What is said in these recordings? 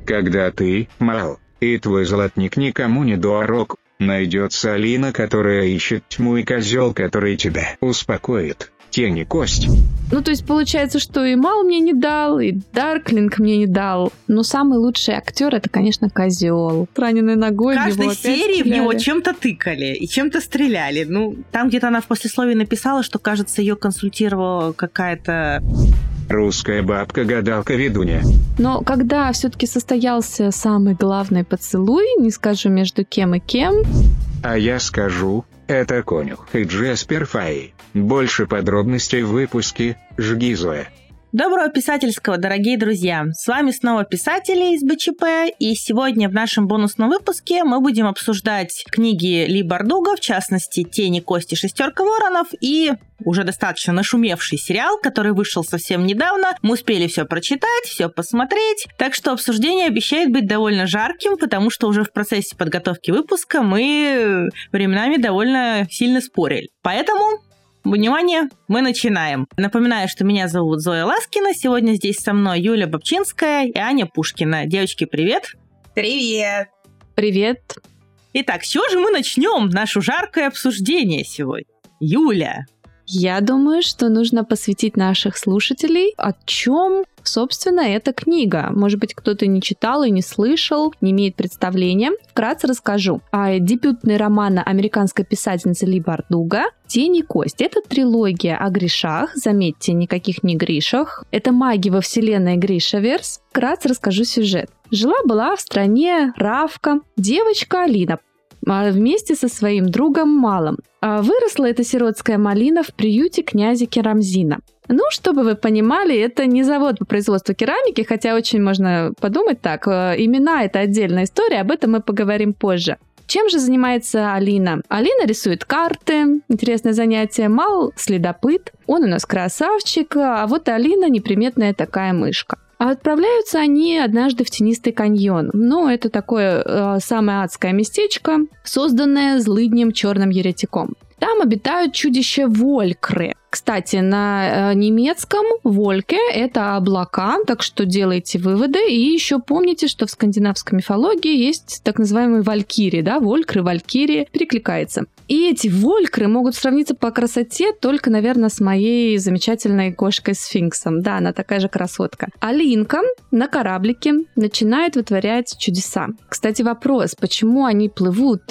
Когда ты мал, и твой золотник никому не дорог, найдется Алина, которая ищет тьму, и козел, который тебя успокоит. Тень и кость. Ну, то есть получается, что и Мал мне не дал, и Дарклинг мне не дал. Но самый лучший актер — это, конечно, козел. Раненой ногой. В каждой серии в него чем-то тыкали и чем-то стреляли. Ну, там где-то она в послесловии написала, что, кажется, ее консультировала какая-то... Русская бабка-гадалка-ведунья. Но когда все-таки состоялся самый главный поцелуй, не скажу между кем и кем... А я скажу, это Конюх и Джеспер Фай. Больше подробностей в выпуске «Жги, Зоя». Доброго писательского, дорогие друзья! С вами снова писатели из БЧП, и сегодня в нашем бонусном выпуске мы будем обсуждать книги Ли Бардуга, в частности «Тень и кости. Шестерка воронов», и уже достаточно нашумевший сериал, который вышел совсем недавно. Мы успели все прочитать, все посмотреть, так что обсуждение обещает быть довольно жарким, потому что уже в процессе подготовки выпуска мы временами довольно сильно спорили. Поэтому... внимание, мы начинаем. Напоминаю, что меня зовут Зоя Ласкина. Сегодня здесь со мной Юля Бобчинская и Аня Пушкина. Девочки, привет! Привет! Привет! Итак, с чего же мы начнем наше жаркое обсуждение сегодня? Юля! Я думаю, что нужно посвятить наших слушателей, о чем, собственно, эта книга. Может быть, кто-то не читал и не слышал, не имеет представления. Вкратце расскажу. Дебютный роман американской писательницы Ли Бардуга «Тень и кость». Это трилогия о грешах. Заметьте, никаких не гришах. Это маги во вселенной Гришаверс. Вкратце расскажу сюжет. Жила-была в стране Равка девочка Алина вместе со своим другом Малом. Выросла эта сиротская малина в приюте князя Керамзина. Ну, чтобы вы понимали, это не завод по производству керамики, хотя очень можно подумать так. Имена — это отдельная история, об этом мы поговорим позже. Чем же занимается Алина? Алина рисует карты, интересное занятие. Мал — следопыт, он у нас красавчик, а вот Алина — неприметная такая мышка. А отправляются они однажды в тенистый каньон. Ну, это такое самое адское местечко, созданное злыднем черным еретиком. Там обитают чудища-волькры. Кстати, на немецком «вольке» — это облака, так что делайте выводы. И еще помните, что в скандинавской мифологии есть так называемые валькирии, да, волькры, валькирии, перекликается. И эти волькры могут сравниться по красоте только, наверное, с моей замечательной кошкой-сфинксом. Да, она такая же красотка. Алинка на кораблике начинает вытворять чудеса. Кстати, вопрос, почему они плывут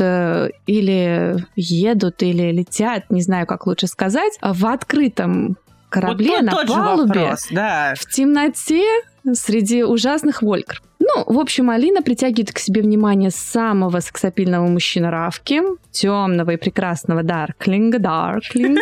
или едут, или летят, не знаю, как лучше сказать, в открытом корабле вот на палубе, вопрос, да. в темноте среди ужасных волькр. Ну, в общем, Алина притягивает к себе внимание самого сексапильного мужчины Равки, темного и прекрасного Дарклинга, да.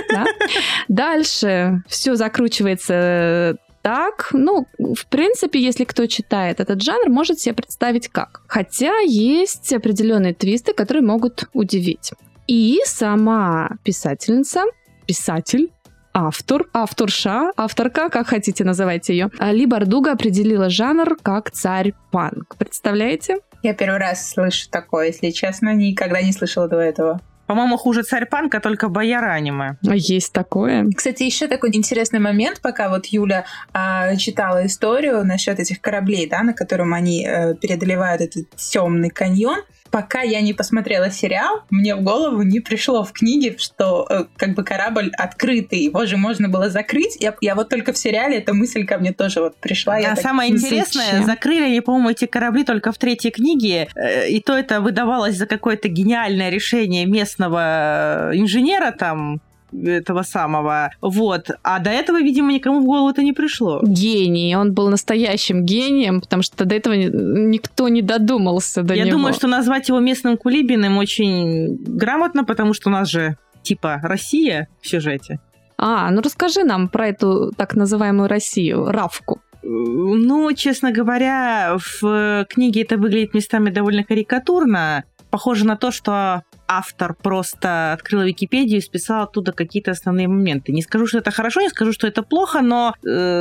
Дальше все закручивается так. Ну, в принципе, если кто читает этот жанр, может себе представить как. Хотя есть определенные твисты, которые могут удивить. И сама писательница, писатель, авторша, авторка, как хотите называйте ее, Ли Бардуга определила жанр как царь-панк. Представляете? Я первый раз слышу такое, если честно, никогда не слышала до этого. По-моему, хуже царь-панка, только бояр аниме. Есть такое. Кстати, еще такой интересный момент, пока вот Юля читала историю насчет этих кораблей, да, на котором они преодолевают этот темный каньон. Пока я не посмотрела сериал, мне в голову не пришло в книге, что как бы корабль открытый, его же можно было закрыть. Я вот только в сериале эта мысль ко мне тоже вот пришла. А самое интересное, закрыли они, по-моему, эти корабли только в 3-й книге, и то это выдавалось за какое-то гениальное решение местного инженера там, этого самого. Вот. А до этого, видимо, никому в голову это не пришло. Гений. Он был настоящим гением, потому что до этого никто не додумался до него. Я думаю, что назвать его местным Кулибиным очень грамотно, потому что у нас же типа Россия в сюжете. Ну расскажи нам про эту так называемую Россию, Равку. Ну, честно говоря, в книге это выглядит местами довольно карикатурно. Похоже на то, что автор просто открыла Википедию и списал оттуда какие-то основные моменты. Не скажу, что это хорошо, не скажу, что это плохо, но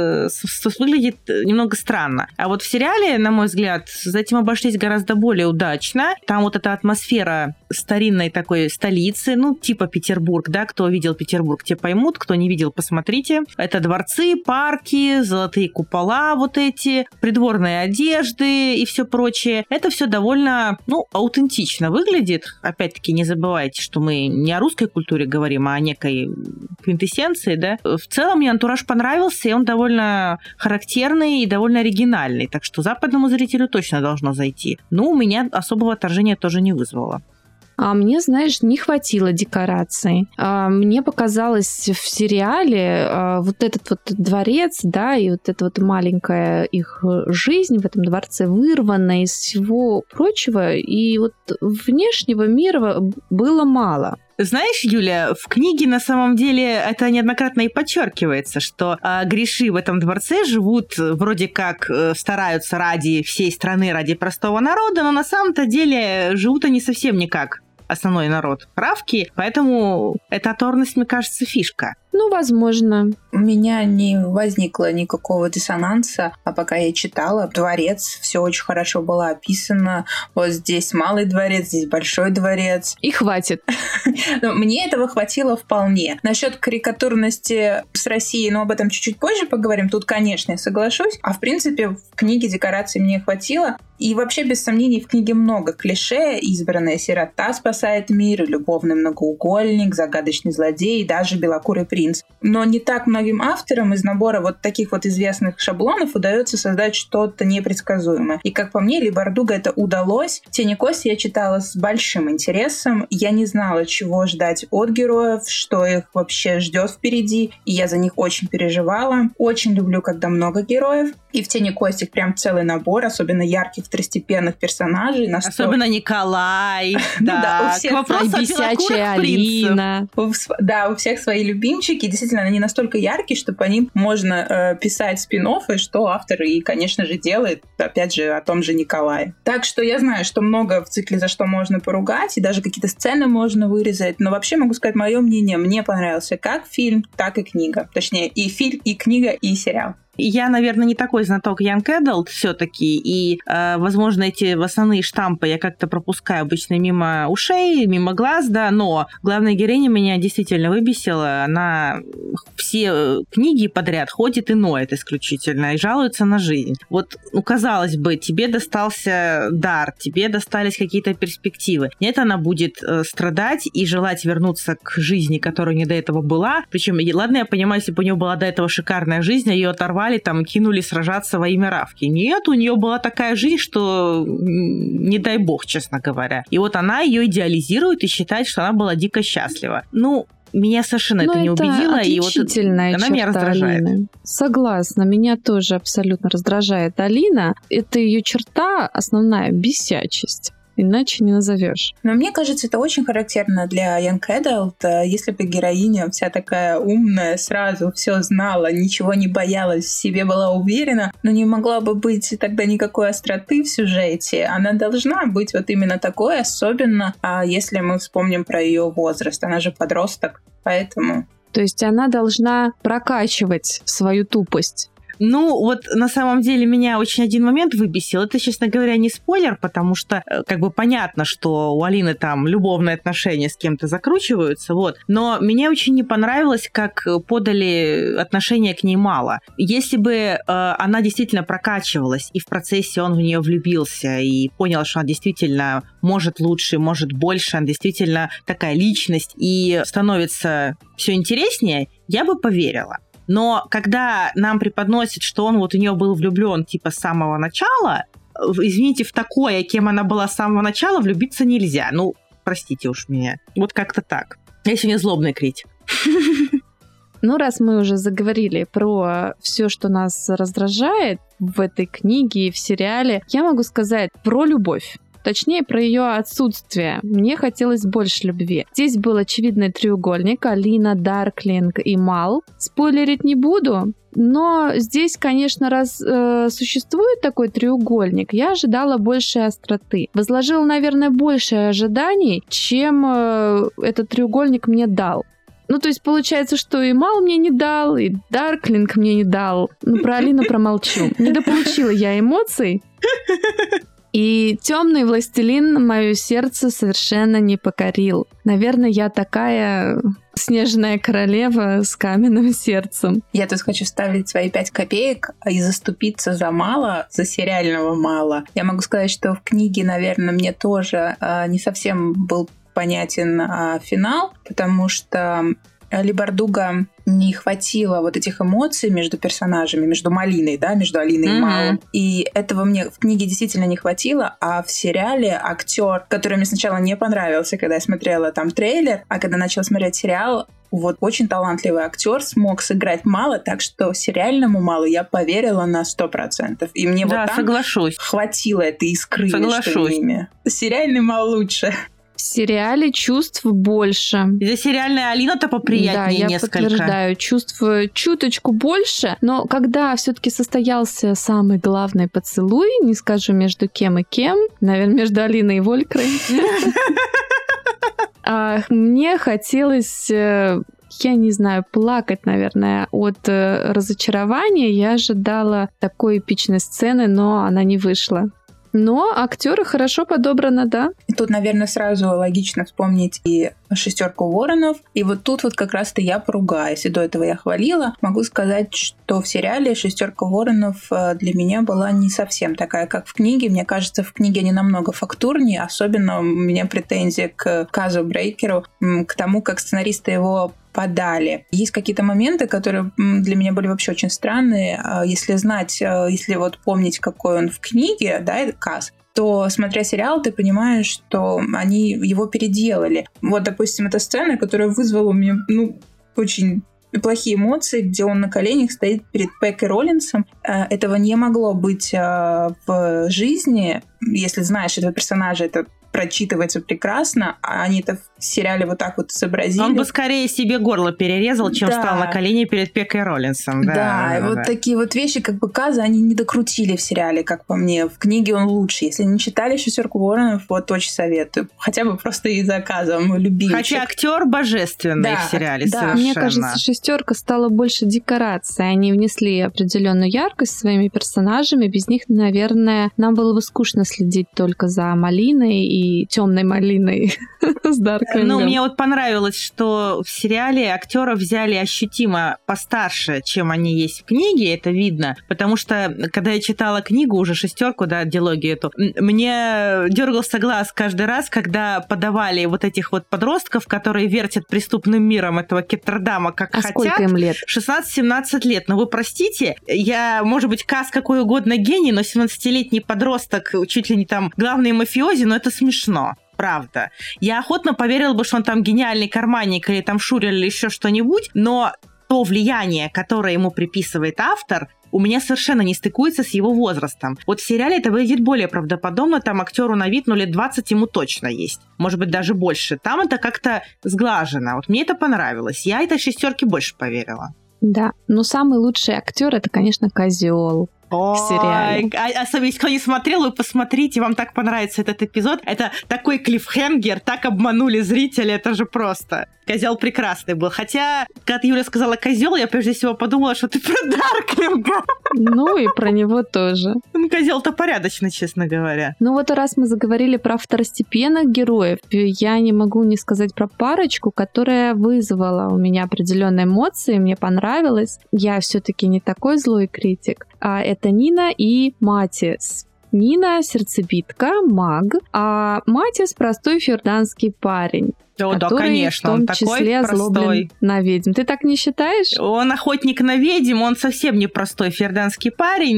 выглядит немного странно. А вот в сериале, на мой взгляд, за этим обошлись гораздо более удачно. Там вот эта атмосфера старинной такой столицы, ну, типа Петербург, да, кто видел Петербург, те поймут, кто не видел, посмотрите. Это дворцы, парки, золотые купола вот эти, придворные одежды и все прочее. Это все довольно, ну, аутентично выглядит. Опять-таки, не забывайте, что мы не о русской культуре говорим, а о некой квинтэссенции, да. В целом мне антураж понравился, и он довольно характерный и довольно оригинальный, так что западному зрителю точно должно зайти. Но у меня особого отторжения тоже не вызвало. А мне, знаешь, не хватило декораций. Мне показалось в сериале вот этот вот дворец, да, и вот эта вот маленькая их жизнь в этом дворце вырвана из всего прочего, и вот внешнего мира было мало. Знаешь, Юля, в книге на самом деле это неоднократно и подчеркивается, что греши в этом дворце живут вроде как стараются ради всей страны, ради простого народа, но на самом-то деле живут они совсем не как основной народ правки, поэтому эта оторванность, мне кажется, фишка. Ну, возможно. У меня не возникло никакого диссонанса, а пока я читала, дворец, все очень хорошо было описано. Вот здесь малый дворец, здесь большой дворец. И хватит. Мне этого хватило вполне. Насчет карикатурности с Россией, об этом чуть-чуть позже поговорим. Тут, конечно, я соглашусь. А в принципе, в книге декораций мне хватило. И вообще, без сомнений, в книге много клише. Избранная сирота спасает мир, любовный многоугольник, загадочный злодей и даже белокурый принц. Но не так многим авторам из набора вот таких вот известных шаблонов удается создать что-то непредсказуемое. И, как по мне, Ли Бардуго это удалось. «Тени кости» я читала с большим интересом. Я не знала, чего ждать от героев, что их вообще ждет впереди. И я за них очень переживала. Очень люблю, когда много героев. И в «Тени кости» прям целый набор, особенно ярких второстепенных персонажей. Особенно Николай. Да, у всех бесячая Алина. Да, у всех свои любимчики. Действительно, они настолько яркие, что по ним можно писать спин-оффы, что автор и, конечно же, делает, опять же, о том же Николае. Так что я знаю, что много в цикле за что можно поругать, и даже какие-то сцены можно вырезать. Но вообще могу сказать мое мнение. Мне понравился как фильм, так и книга. Точнее, и фильм, и книга, и сериал. Я, наверное, не такой знаток Young Adult все-таки, и, возможно, эти основные штампы я как-то пропускаю обычно мимо ушей, мимо глаз, да, но главная героиня меня действительно выбесила. Она все книги подряд ходит и ноет исключительно, и жалуется на жизнь. Вот, казалось бы, тебе достался дар, тебе достались какие-то перспективы. Нет, она будет страдать и желать вернуться к жизни, которая не до этого была. Причем, ладно, я понимаю, если бы у нее была до этого шикарная жизнь, а ее оторвали, там кинули сражаться во имя Равки. Нет, у нее была такая жизнь, что не дай бог, честно говоря. И вот она ее идеализирует и считает, что она была дико счастлива. Меня совершенно это не убедило, и вот она меня раздражает. Алины. Согласна, меня тоже абсолютно раздражает Алина. Это ее черта основная — бесячесть. Иначе не назовешь. Но мне кажется, это очень характерно для Young Adult. Если бы героиня вся такая умная, сразу все знала, ничего не боялась, в себе была уверена, но не могла бы быть тогда никакой остроты в сюжете. Она должна быть вот именно такой, особенно если мы вспомним про ее возраст. Она же подросток, поэтому... То есть она должна прокачивать свою тупость. Вот на самом деле меня очень один момент выбесил. Это, честно говоря, не спойлер, потому что как бы понятно, что у Алины там любовные отношения с кем-то закручиваются, Но мне очень не понравилось, как подали отношения к ней Мало. Если бы она действительно прокачивалась, и в процессе он в нее влюбился, и понял, что она действительно может лучше, может больше, она действительно такая личность, и становится все интереснее, я бы поверила. Но когда нам преподносят, что он у нее был влюблен типа с самого начала, извините, в такое, кем она была с самого начала, влюбиться нельзя. Простите уж меня. Вот как-то так. Я сегодня злобный критик. Раз мы уже заговорили про все, что нас раздражает в этой книге и в сериале, я могу сказать про любовь. точнее про ее отсутствие. Мне хотелось больше любви. Здесь был очевидный треугольник: Алина, Дарклинг и Мал. Спойлерить не буду, но здесь, конечно, раз существует такой треугольник, я ожидала большей остроты. Возложила, наверное, больше ожиданий, чем этот треугольник мне дал. Ну, то есть получается, что и Мал мне не дал, и Дарклинг мне не дал. Ну, про Алину промолчу. Недополучила я эмоций. И темный властелин мое сердце совершенно не покорил. Наверное, я такая снежная королева с каменным сердцем. Я тут хочу вставить свои 5 копеек и заступиться за Мала, за сериального Мала. Я могу сказать, что в книге, наверное, мне тоже не совсем был понятен финал, потому что Ли-Бардуго не хватило вот этих эмоций между персонажами, между Малиной, да, между Алиной и Малом. И этого мне в книге действительно не хватило, а в сериале актер, который мне сначала не понравился, когда я смотрела там трейлер, а когда начала смотреть сериал, вот очень талантливый актер смог сыграть Мала, так что сериальному Малу я поверила на 100%. И мне да, вот там соглашусь. Хватило этой искры Соглашусь. между ними. Сериальный Мал лучше. В сериале чувств больше. Здесь сериальная Алина-то поприятнее несколько. Да, я подтверждаю, чувств чуточку больше, но когда все-таки состоялся самый главный поцелуй, не скажу между кем и кем, наверное, между Алиной и Волькрой, мне хотелось... Я не знаю, плакать, наверное, от разочарования. Я ожидала такой эпичной сцены, но она не вышла. Но актеры хорошо подобраны, да. И тут, наверное, сразу логично вспомнить и «Шестерку воронов». И вот тут вот как раз-то я поругаю. Если до этого я хвалила, могу сказать, что в сериале «Шестерка воронов» для меня была не совсем такая, как в книге. Мне кажется, в книге они намного фактурнее. Особенно у меня претензия к Казу Брейкеру, к тому, как сценаристы его подали. Есть какие-то моменты, которые для меня были вообще очень странные. Если знать, если вот помнить, какой он в книге, да, это Каз, то, смотря сериал, ты понимаешь, что они его переделали. Вот, допустим, эта сцена, которая вызвала у меня, очень плохие эмоции, где он на коленях стоит перед Пэк и Роллинсом. Этого не могло быть в жизни. Если знаешь этого персонажа, это прочитывается прекрасно, а они это в сериале вот так вот изобразили. Он бы скорее себе горло перерезал, чем встал на колени перед Пекой Роллинсом. Да, вот такие вот вещи, как бы Каза, они не докрутили в сериале, как по мне. В книге он лучше. Если не читали «Шестерку воронов», вот очень советую. Хотя бы просто из-за Каза, мой любимчик. Хотя актер божественный в сериале, совершенно. Мне кажется, «Шестерка» стала больше декорацией. Они внесли определенную яркость своими персонажами. Без них, наверное, нам было бы скучно следить только за Малиной и темной Малиной с Дарклингом. Мне вот понравилось, что в сериале актеров взяли ощутимо постарше, чем они есть в книге, это видно, потому что, когда я читала книгу, уже «Шестерку», да, дилогию эту, мне дергался глаз каждый раз, когда подавали вот этих вот подростков, которые вертят преступным миром этого Кеттердама как хотят. Сколько им лет? 16-17 лет. Но вы простите, я, может быть, Каз какой угодно гений, но 17-летний подросток, чуть ли не там главный мафиози, но это смешно. Правда. Я охотно поверила бы, что он там гениальный карманник или там шурер или еще что-нибудь, но то влияние, которое ему приписывает автор, у меня совершенно не стыкуется с его возрастом. Вот в сериале это выглядит более правдоподобно, там актеру на вид, лет 20 ему точно есть. Может быть, даже больше. Там это как-то сглажено. Вот мне это понравилось. Я этой «Шестерке» больше поверила. Да, но самый лучший актер это, конечно, Козел. Ой, особенно если кто не смотрел, вы посмотрите, вам так понравится этот эпизод. Это такой клиффхенгер, так обманули зрителя, это же просто. Козел прекрасный был. Хотя, когда Юля сказала «Козел», я прежде всего подумала, что ты про Дарклинга. Ну и про него тоже. Козел-то порядочный, честно говоря. Ну вот раз мы заговорили про второстепенных героев, я не могу не сказать про парочку, которая вызвала у меня определенные эмоции, мне понравилось. Я все-таки не такой злой критик. Это Нина и Матис. Нина — сердцебитка, маг, а Матис — простой фьорданский парень. О, да, который конечно, в том он такой числе озлоблен простой. на ведьм. Ты так не считаешь? Он охотник на ведьм, он совсем не простой ферданский парень,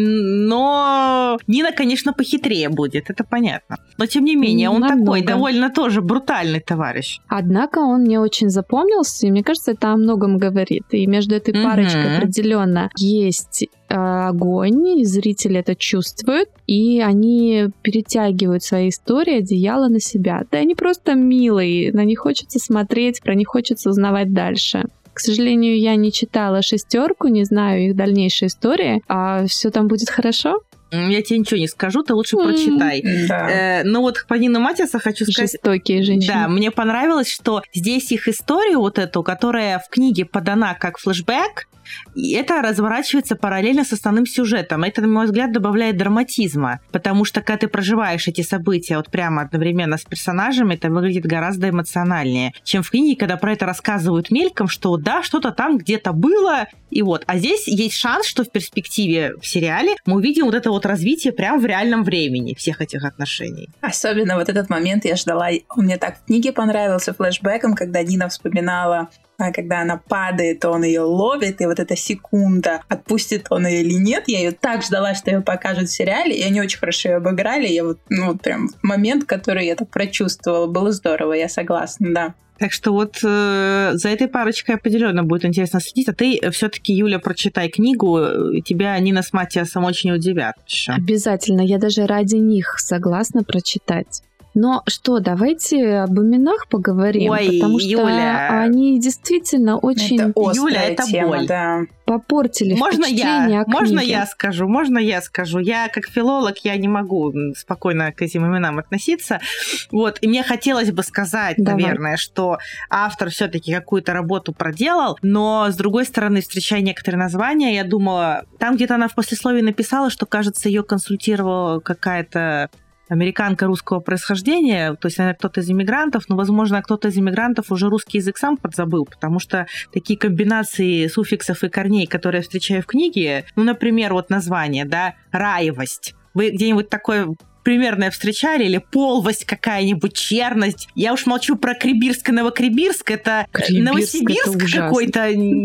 но Нина, конечно, похитрее будет, это понятно. Но, тем не менее, он Намного. такой довольно тоже брутальный товарищ. Однако он мне очень запомнился, и мне кажется, это о многом говорит. И между этой парочкой определенно есть огонь, и зрители это чувствуют, и они перетягивают свои истории, одеяло на себя. Да они просто милые, на них хочется смотреть, про них хочется узнавать дальше. К сожалению, я не читала «Шестерку», не знаю их дальнейшей истории, а все там будет хорошо? Я тебе ничего не скажу, ты лучше прочитай. Да. Ну вот по Нине Матиаса хочу сказать... Жестокие женщины. Да, мне понравилось, что здесь их историю вот эту, которая в книге подана как флешбэк, и это разворачивается параллельно с основным сюжетом. Это, на мой взгляд, добавляет драматизма, потому что, когда ты проживаешь эти события вот прямо одновременно с персонажами, это выглядит гораздо эмоциональнее, чем в книге, когда про это рассказывают мельком, что да, что-то там где-то было, и вот. А здесь есть шанс, что в перспективе в сериале мы увидим вот это вот развитие прямо в реальном времени всех этих отношений. Особенно вот этот момент я ждала. Он мне так в книге понравился флешбэком, когда Нина вспоминала, когда она падает, он ее ловит, и вот эта секунда, отпустит он ее или нет. Я ее так ждала, что ее покажут в сериале, и они очень хорошо ее обыграли. Я вот, вот прям момент, который я так прочувствовала, было здорово, я согласна, да. Так что вот за этой парочкой определенно будет интересно следить. А ты все-таки, Юля, прочитай книгу, и тебя Нина с Матиасом очень удивят еще. Обязательно, я даже ради них согласна прочитать. Но что, давайте об именах поговорим, потому что Юля, они действительно очень это острая Юля, это тема, боль. Да. попортили впечатление о книге. Можно я скажу? Я, как филолог, я не могу спокойно к этим именам относиться. Вот, и мне хотелось бы сказать, наверное, что автор все-таки какую-то работу проделал, но, с другой стороны, встречая некоторые названия, я думала, там где-то она в послесловии написала, что, кажется, ее консультировала какая-то американка русского происхождения, то есть, наверное, кто-то из иммигрантов, но, возможно, кто-то из иммигрантов уже русский язык сам подзабыл, потому что такие комбинации суффиксов и корней, которые я встречаю в книге, ну, например, вот название, да, раевость. Вы где-нибудь такое примерное встречали? Или полвость какая-нибудь, черность? Я уж молчу про Крибирск и Новокрибирск. Это Новосибирск какой-то,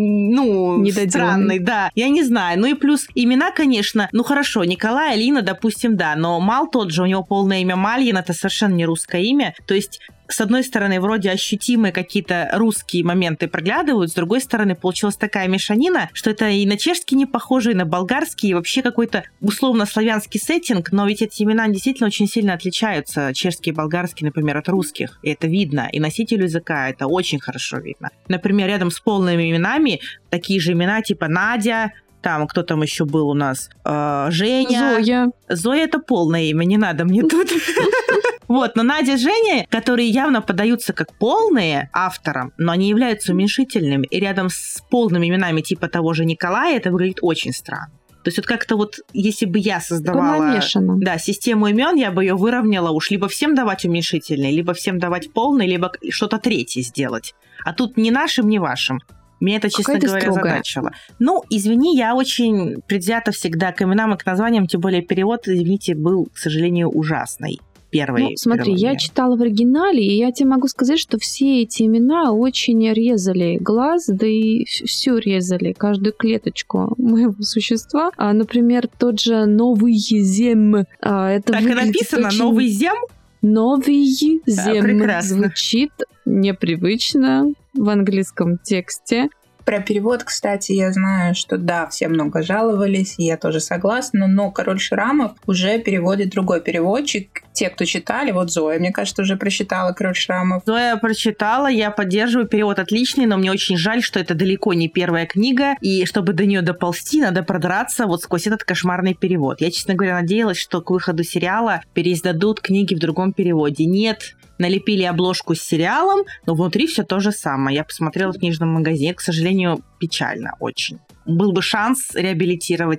ну, странный, да. Я не знаю. Ну и плюс имена, конечно, ну хорошо, Николай, Алина, допустим, да, но Мал тот же, у него полное имя Мальин, это совершенно не русское имя. То есть с одной стороны, вроде ощутимые какие-то русские моменты проглядывают, с другой стороны, получилась такая мешанина, что это и на чешский не похоже, и на болгарский, и вообще какой-то условно-славянский сеттинг, но ведь эти имена действительно очень сильно отличаются, чешский и болгарский, например, от русских, и это видно, и носителю языка это очень хорошо видно. Например, рядом с полными именами такие же имена типа Надя, там, кто там еще был у нас? Женя. Зоя это полное имя, не надо мне тут. Вот, но Надя, Женя, которые явно подаются как полные авторам, но они являются уменьшительными, и рядом с полными именами типа того же Николая это выглядит очень странно. То есть вот как-то вот, если бы я создавала систему имен, я бы ее выровняла уж либо всем давать уменьшительные, либо всем давать полные, либо что-то третье сделать. А тут ни нашим, ни вашим. Меня это, честно говоря, задачило. Ну, извини, я очень предвзята всегда к именам и к названиям, тем более перевод, извините, был, к сожалению, ужасный. Ну, смотри, я читала в оригинале, и я тебе могу сказать, что все эти имена очень резали глаз, да и всю резали, каждую клеточку моего существа. Например, тот же Новый Зем. Это так и написано, очень... Новый Зем? Новый Зем. Да, звучит непривычно в английском тексте. Про перевод, кстати, я знаю, что да, все много жаловались, и я тоже согласна, но «Король шрамов» уже переводит другой переводчик. Те, кто читали, вот Зоя, мне кажется, уже прочитала «Король шрамов». Зоя прочитала, я поддерживаю, перевод отличный, но мне очень жаль, что это далеко не первая книга, и чтобы до нее доползти, надо продраться вот сквозь этот кошмарный перевод. Я, честно говоря, надеялась, что к выходу сериала переиздадут книги в другом переводе. Нет, налепили обложку с сериалом, но внутри все то же самое. Я посмотрела в книжном магазине, к сожалению, печально очень. Был бы шанс реабилитировать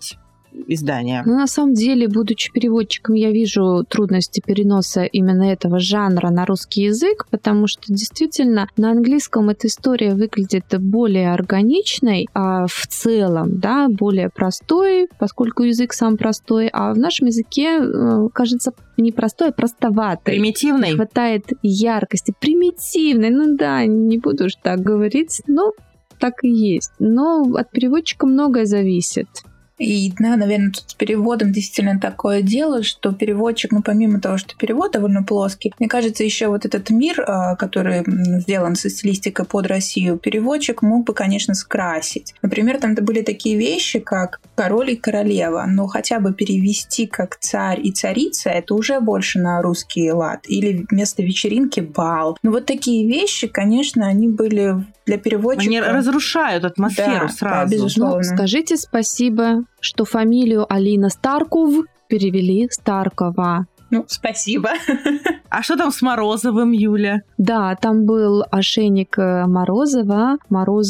издания. Ну, на самом деле, будучи переводчиком, я вижу трудности переноса именно этого жанра на русский язык, потому что действительно на английском эта история выглядит более органичной, а в целом, да, более простой, поскольку язык сам простой, а в нашем языке, кажется, не простой, а простоватый. Примитивный. Не хватает яркости. Примитивный, ну да, не буду уж так говорить, но так и есть. Но от переводчика многое зависит. И, да, наверное, тут с переводом действительно такое дело, что переводчик, ну, помимо того, что перевод довольно плоский, мне кажется, еще вот этот мир, который сделан со стилистикой под Россию, переводчик мог бы, конечно, скрасить. Например, там были такие вещи, как король и королева, но хотя бы перевести как царь и царица, это уже больше на русский лад. Или вместо вечеринки бал. Ну, вот такие вещи, конечно, они были для переводчика... Они разрушают атмосферу, да, сразу. Да, безусловно. Ну, скажите спасибо, что фамилию Алина Старков перевели Старкова. Ну, спасибо. А что там с Морозовым, Юля? Да, там был ошейник Морозова,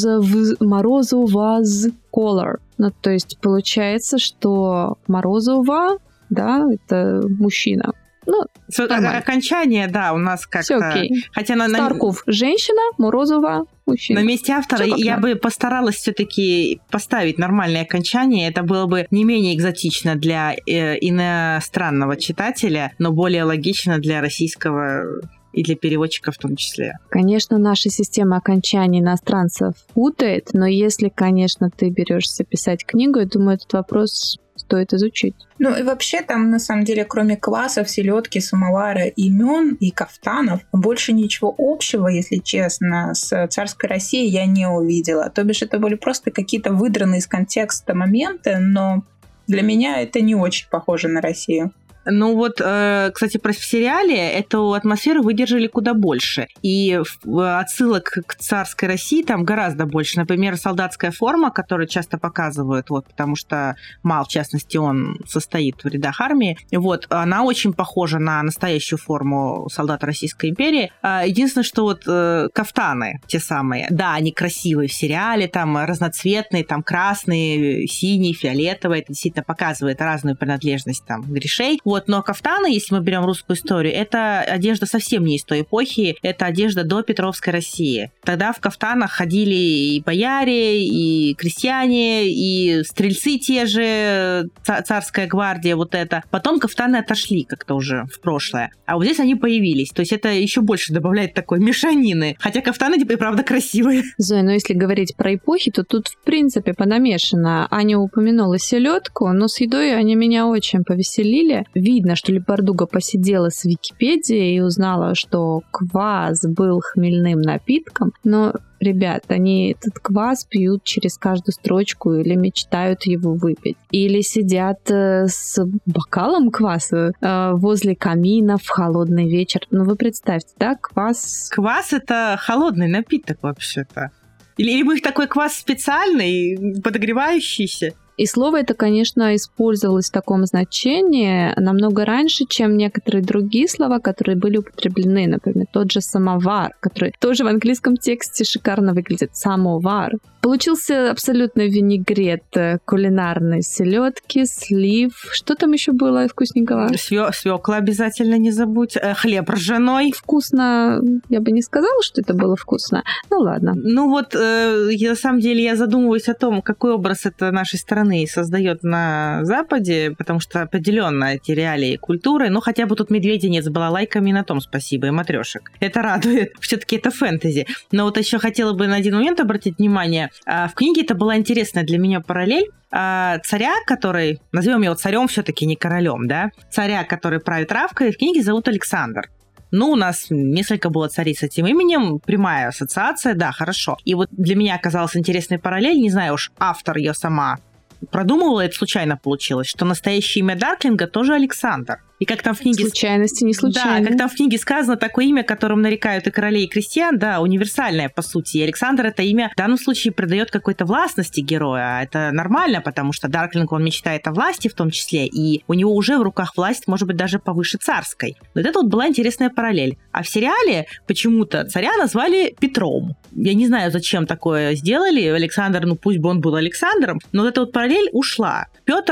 Морозова's collar. Ну, то есть получается, что Морозова, да, это мужчина. Ну, окончание, да, у нас как-то... Всё окей. Хотя Старков женщина, Морозова мужчина. На месте автора я бы постаралась все-таки поставить нормальное окончание. Это было бы не менее экзотично для иностранного читателя, но более логично для российского и для переводчика в том числе. Конечно, наша система окончаний иностранцев путает, но если, конечно, ты берешься писать книгу, я думаю, этот вопрос стоит изучить. Ну и вообще там, на самом деле, кроме квасов, селедки, самовара, имен и кафтанов, больше ничего общего, если честно, с царской Россией я не увидела. То бишь это были просто какие-то выдранные из контекста моменты, но для меня это не очень похоже на Россию. Ну вот, кстати, в сериале эту атмосферу выдержали куда больше. И отсылок к царской России там гораздо больше. Например, солдатская форма, которую часто показывают, вот, потому что Мал, в частности, он состоит в рядах армии, вот, она очень похожа на настоящую форму солдат Российской империи. Единственное, что вот кафтаны те самые, да, они красивые в сериале, там разноцветные, там красные, синие, фиолетовые, это действительно показывает разную принадлежность там грешей. Вот, но кафтаны, если мы берем русскую историю, это одежда совсем не из той эпохи, это одежда до Петровской России. Тогда в кафтанах ходили и бояре, и крестьяне, и стрельцы те же, царская гвардия, вот это. Потом кафтаны отошли как-то уже в прошлое. А вот здесь они появились. То есть это еще больше добавляет такой мешанины. Хотя кафтаны, правда, красивые. Зоя, но если говорить про эпохи, то тут, в принципе, понамешано. Аня упомянула селедку, но с едой они меня очень повеселили. Видно, что Либардуга посидела с Википедией и узнала, что квас был хмельным напитком, но, ребят, они этот квас пьют через каждую строчку или мечтают его выпить. Или сидят с бокалом кваса возле камина в холодный вечер. Ну, вы представьте, да, квас... Квас — это холодный напиток вообще-то. Или у них такой квас специальный, подогревающийся? И слово это, конечно, использовалось в таком значении намного раньше, чем некоторые другие слова, которые были употреблены. Например, тот же самовар, который тоже в английском тексте шикарно выглядит. Самовар. Получился абсолютно винегрет кулинарной селедки, слив. Что там еще было вкусненького? Свекла обязательно не забудь. Хлеб ржаной. Вкусно. Я бы не сказала, что это было вкусно. Ну ладно. Ну вот, на самом деле, я задумываюсь о том, какой образ это нашей страны создает на Западе, потому что определенно эти реалии культуры. Ну, хотя бы тут медвединец с балалайками, на том спасибо, и матрешек. Это радует. Все-таки это фэнтези. Но вот еще хотела бы на один момент обратить внимание. В книге это была интересная для меня параллель. Царя, который, назовем его царем, все-таки не королем, да? Царя, который правит Равкой, в книге зовут Александр. Ну, у нас несколько было царей с этим именем, прямая ассоциация, да, хорошо. И вот для меня оказалась интересная параллель, не знаю уж, автор ее сама продумывала, это случайно получилось, что настоящее имя Дарклинга тоже Александр. И как там в книге... Случайности не случайно. Да, как там в книге сказано, такое имя, которым нарекают и королей, и крестьян, да, универсальное, по сути. И Александр это имя в данном случае придает какой-то властности героя. Это нормально, потому что Дарклинг, он мечтает о власти в том числе, и у него уже в руках власть, может быть, даже повыше царской. Вот это вот была интересная параллель. А в сериале почему-то царя назвали Петром. Я не знаю, зачем такое сделали. Александр, ну пусть бы он был Александром, но вот эта вот параллель ушла. Петр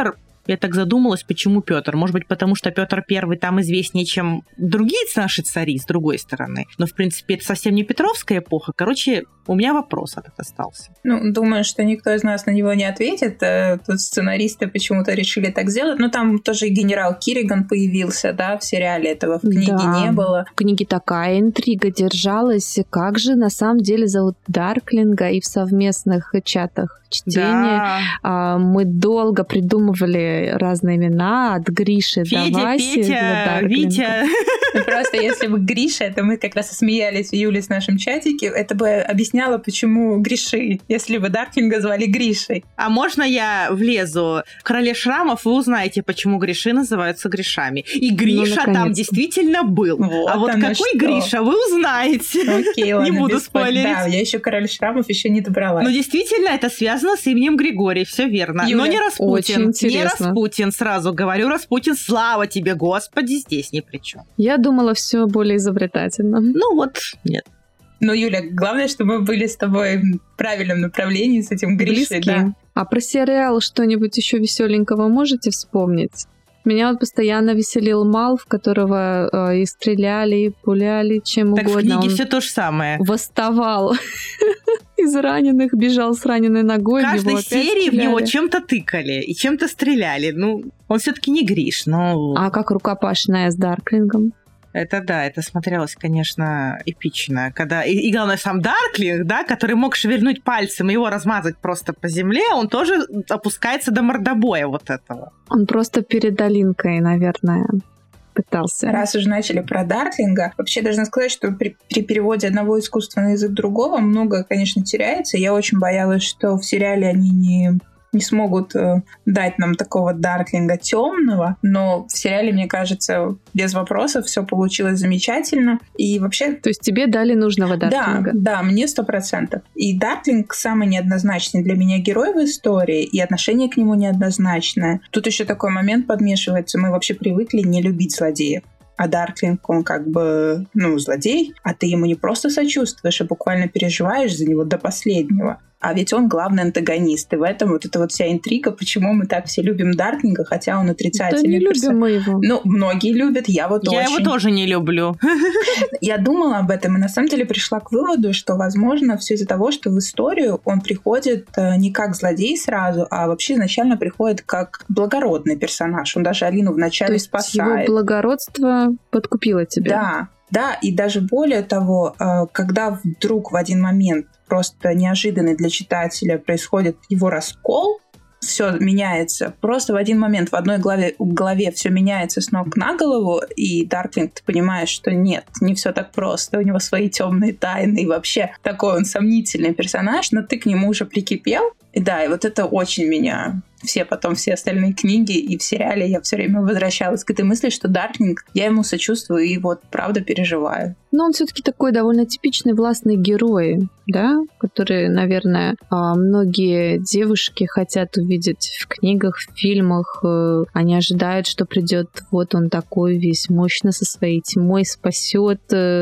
Я так задумалась, почему Петр. Может быть, потому что Петр I там известнее, чем другие наши цари, с другой стороны. Но, в принципе, это совсем не Петровская эпоха. Короче, у меня вопрос этот остался. Ну, думаю, что никто из нас на него не ответит. Тут сценаристы почему-то решили так сделать. Но там тоже и генерал Кирриган появился, да, в сериале. Этого в книге не было. В книге такая интрига держалась. Как же на самом деле зовут Дарклинга, и в совместных чатах чтения мы долго придумывали разные имена, от Гриши до Васи. Петя, Витя. Просто если бы Гриша, это мы как раз смеялись в Юле с нашем чатике, это бы объясняло, почему Гриши, если бы Дарклинга звали Гришей. А можно я влезу? В «Короле шрамов» вы узнаете, почему Гриши называются Гришами. И Гриша там действительно был. Вот, а вот какой Гриша, вы узнаете. Окей, ладно, не буду спойлерить. Да, я еще «Король шрамов» еще не добралась. Но действительно, это связано с именем Григорий, все верно. Юля, но не Распутин. Не Распутин, сразу говорю. Распутин, слава тебе, Господи, здесь ни при чем. Я думала, все более изобретательно. Ну вот, нет. Ну, Юля, главное, чтобы мы были с тобой в правильном направлении с этим Гришей. Да. А про сериал что-нибудь еще веселенького можете вспомнить? Меня вот постоянно веселил Мал, в которого и стреляли, и пуляли, чем так угодно. Так в книге все то же самое. Восставал из раненых, бежал с раненой ногой. В каждой серии в него чем-то тыкали и чем-то стреляли. Ну, он все-таки не Гриш, но... А как рукопашная с Дарклингом? Это да, это смотрелось, конечно, эпично. Когда... И главное, сам Дарклинг, да, который мог шевельнуть пальцем и его размазать просто по земле, он тоже опускается до мордобоя вот этого. Он просто перед Алинкой, наверное, пытался. Раз уже начали про Дарклинга, вообще должна сказать, что при переводе одного искусства на язык другого многое, конечно, теряется. Я очень боялась, что в сериале они не смогут дать нам такого Дарклинга темного, но в сериале, мне кажется, без вопросов все получилось замечательно. И вообще... То есть тебе дали нужного Дарклинга? Да, мне 100%. И Дарклинг самый неоднозначный для меня герой в истории, и отношение к нему неоднозначное. Тут еще такой момент подмешивается. Мы вообще привыкли не любить злодеев. А Дарклинг, он как бы, злодей, а ты ему не просто сочувствуешь, а буквально переживаешь за него до последнего. А ведь он главный антагонист. И в этом вот эта вот вся интрига, почему мы так все любим Дарклинга, хотя он отрицательный. Да не любим мы его. Ну, многие любят, я вот очень. Я его тоже не люблю. Я думала об этом и на самом деле пришла к выводу, что, возможно, все из-за того, что в историю он приходит не как злодей сразу, а вообще изначально приходит как благородный персонаж. Он даже Алину вначале спасает. Его благородство подкупило тебя. Да, и даже более того, когда вдруг в один момент просто неожиданный для читателя происходит его раскол, все меняется. Просто в один момент в одной голове все меняется с ног на голову, и Дарклинг, ты понимаешь, что нет, не все так просто. У него свои темные тайны, и вообще такой он сомнительный персонаж, но ты к нему уже прикипел. И да, и вот это очень меня... Все остальные книги и в сериале я все время возвращалась к этой мысли, что Дарклинг, я ему сочувствую и вот правда переживаю. Но он все-таки такой довольно типичный властный герой, да, который, наверное, многие девушки хотят увидеть в книгах, в фильмах. Они ожидают, что придет вот он такой весь мощно со своей тьмой, спасет.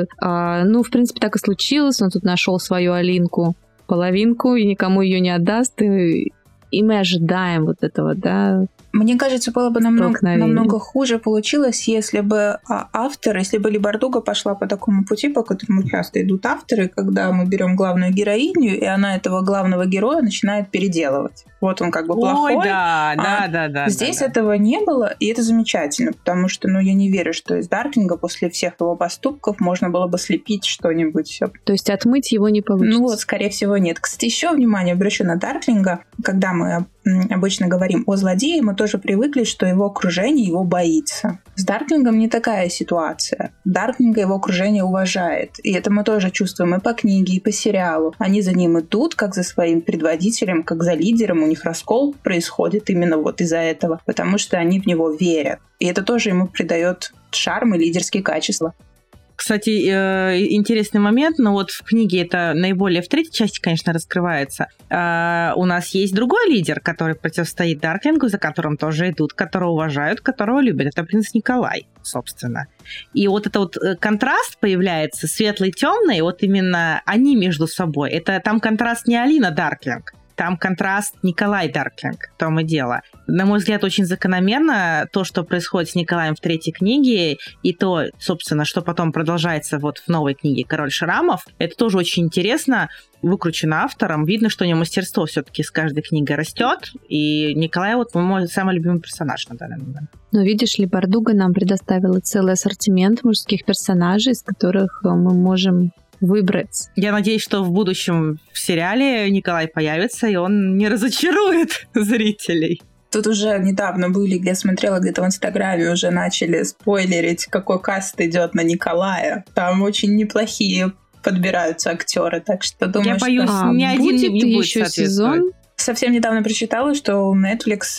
В принципе, так и случилось. Он тут нашел свою Алинку, половинку, и никому ее не отдаст. И мы ожидаем вот этого, да. Мне кажется, было бы намного хуже получилось, если бы если бы Ли Бардуго пошла по такому пути, по которому часто идут авторы, когда мы берем главную героиню, и она этого главного героя начинает переделывать. Вот он как бы плохой. Ой, да. Здесь этого не было, и это замечательно, потому что, я не верю, что из Дарклинга после всех его поступков можно было бы слепить что-нибудь. То есть отмыть его не получится? Скорее всего, нет. Кстати, еще внимание обращу на Дарклинга. Когда мы обычно говорим о злодее, мы тоже привыкли, что его окружение его боится. С Дарклингом не такая ситуация. Дарклинга его окружение уважает. И это мы тоже чувствуем и по книге, и по сериалу. Они за ним идут, как за своим предводителем, как за лидером. У них раскол происходит именно вот из-за этого, потому что они в него верят. И это тоже ему придает шарм и лидерские качества. Кстати, интересный момент, но вот в книге это наиболее в третьей части, конечно, раскрывается. У нас есть другой лидер, который противостоит Дарклингу, за которым тоже идут, которого уважают, которого любят. Это принц Николай, собственно. И вот этот вот контраст появляется, светлый и темный, вот именно они между собой. Это там контраст не Алина Дарклинг, Там контраст Николай Дарклинг, в том и дело. На мой взгляд, очень закономерно то, что происходит с Николаем в третьей книге, и то, собственно, что потом продолжается вот в новой книге «Король шрамов». Это тоже очень интересно, выкручено автором. Видно, что у него мастерство все-таки с каждой книгой растет, и Николай вот мой самый любимый персонаж на данный момент. Но видишь ли, Бардуга нам предоставила целый ассортимент мужских персонажей, из которых мы можем выбрать. Я надеюсь, что в будущем в сериале Николай появится, и он не разочарует зрителей. Тут уже недавно были, где смотрела, где-то в Инстаграме уже начали спойлерить, какой каст идет на Николая. Там очень неплохие подбираются актеры, так что думаю, я боюсь, ни один не будет еще сезон. Совсем недавно прочитала, что Netflix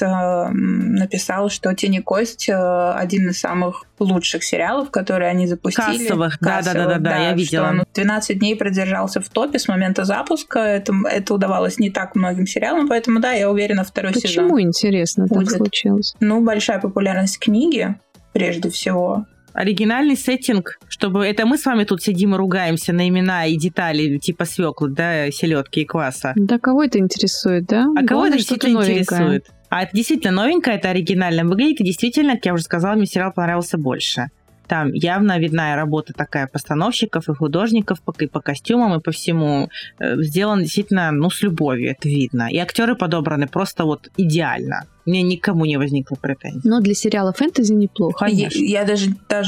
написал, что «Тень и кость» один из самых лучших сериалов, которые они запустили. Кассовых, да, я видела. Что он 12 дней продержался в топе с момента запуска. Это удавалось не так многим сериалам, поэтому, да, я уверена, второй сезон. Почему, интересно, так случилось? Большая популярность книги, прежде всего. Оригинальный сеттинг, чтобы... Это мы с вами тут сидим и ругаемся на имена и детали типа свеклы, да, селедки и кваса. Да кого это интересует, да? А кого это действительно интересует? А это действительно новенькое, это оригинально выглядит, и действительно, как я уже сказала, мне сериал понравился больше. Там явно видна работа такая постановщиков и художников и по костюмам, и по всему. Сделан действительно, с любовью, это видно. И актеры подобраны просто вот идеально. Мне никому не возникло претензий. Но для сериала фэнтези неплохо. Я даже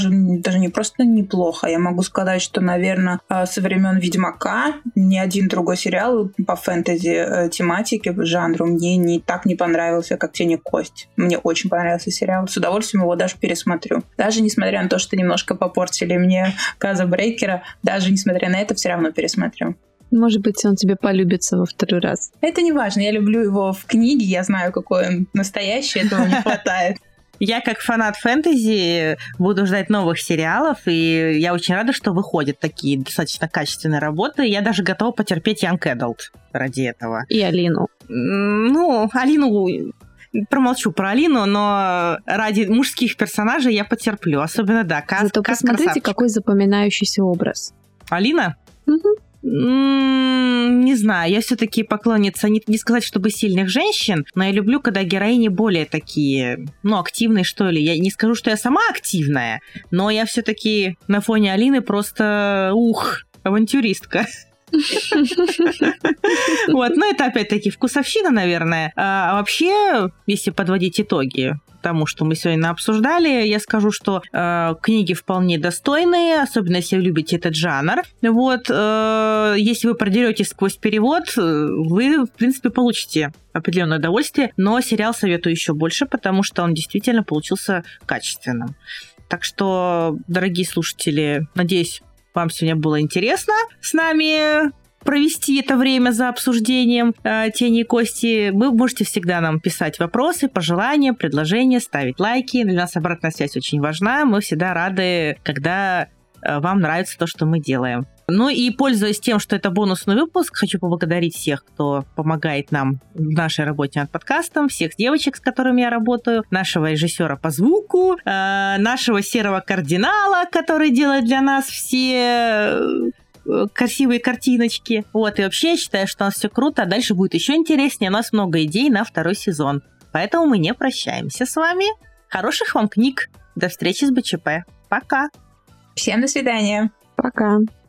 не просто неплохо. Я могу сказать, что, наверное, со времен «Ведьмака» ни один другой сериал по фэнтези тематике, жанру мне не понравился, как «Тень и кость». Мне очень понравился сериал. С удовольствием его даже пересмотрю. Даже несмотря на то, что немножко попортили мне Каза Брейкера, даже несмотря на это, все равно пересмотрю. Может быть, он тебе полюбится во второй раз. Это не важно. Я люблю его в книге. Я знаю, какой он настоящий. Этого не хватает. Я, как фанат фэнтези, буду ждать новых сериалов, и я очень рада, что выходят такие достаточно качественные работы. Я даже готова потерпеть Young Adult ради этого. И Алину. Алину... Промолчу про Алину, но ради мужских персонажей я потерплю. Особенно, да, Каз Зато посмотрите, красавчик. Какой запоминающийся образ. Алина? Угу. Не знаю, я все-таки поклонница, не сказать, чтобы сильных женщин, но я люблю, когда героини более такие, активные, что ли. Я не скажу, что я сама активная, но я все-таки на фоне Алины просто, авантюристка. Это опять-таки вкусовщина, наверное. А вообще, если подводить итоги тому, что мы сегодня обсуждали, я скажу, что книги вполне достойные, особенно если вы любите этот жанр. Если вы продеретесь сквозь перевод, вы, в принципе, получите определенное удовольствие, но сериал советую еще больше, потому что он действительно получился качественным. Так что, дорогие слушатели, надеюсь, вам сегодня было интересно с нами провести это время за обсуждением «Тени и кости». Вы можете всегда нам писать вопросы, пожелания, предложения, ставить лайки. Для нас обратная связь очень важна. Мы всегда рады, когда вам нравится то, что мы делаем. И пользуясь тем, что это бонусный выпуск, хочу поблагодарить всех, кто помогает нам в нашей работе над подкастом, всех девочек, с которыми я работаю, нашего режиссера по звуку, нашего серого кардинала, который делает для нас все красивые картиночки. И вообще я считаю, что у нас все круто, а дальше будет еще интереснее. У нас много идей на второй сезон. Поэтому мы не прощаемся с вами. Хороших вам книг. До встречи с БЧП. Пока. Всем до свидания. Пока.